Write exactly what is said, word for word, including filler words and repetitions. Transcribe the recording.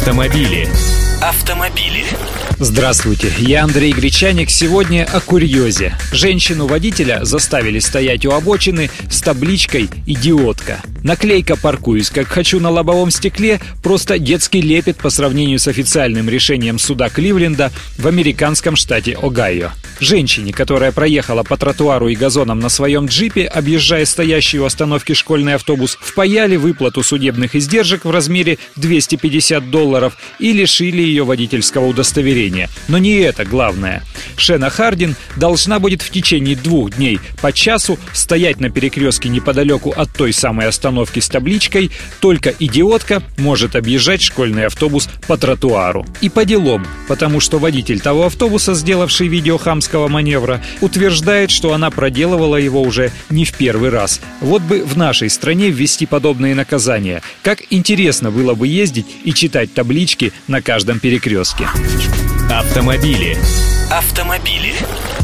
Автомобили. Автомобили. Здравствуйте, я Андрей Гречаник. Сегодня о курьезе. Женщину-водителя заставили стоять у обочины с табличкой «Идиотка». Наклейка «Паркуюсь как хочу» на лобовом стекле просто детский лепет по сравнению с официальным решением суда Кливленда в американском штате Огайо. Женщине, которая проехала по тротуару и газонам на своем джипе, объезжая стоящий у остановки школьный автобус, впаяли выплату судебных издержек в размере двести пятьдесят долларов и лишили ее водительского удостоверения. Но не это главное. Шена Хардин должна будет в течение двух дней по часу стоять на перекрестке неподалеку от той самой остановки с табличкой «Только идиотка может объезжать школьный автобус по тротуару». И по делам, потому что водитель того автобуса, сделавший видео хамского маневра, утверждает, что она проделывала его уже не в первый раз. Вот бы в нашей стране ввести подобные наказания. Как интересно было бы ездить и читать таблички на каждом перекрестке. Автомобили. Автомобили.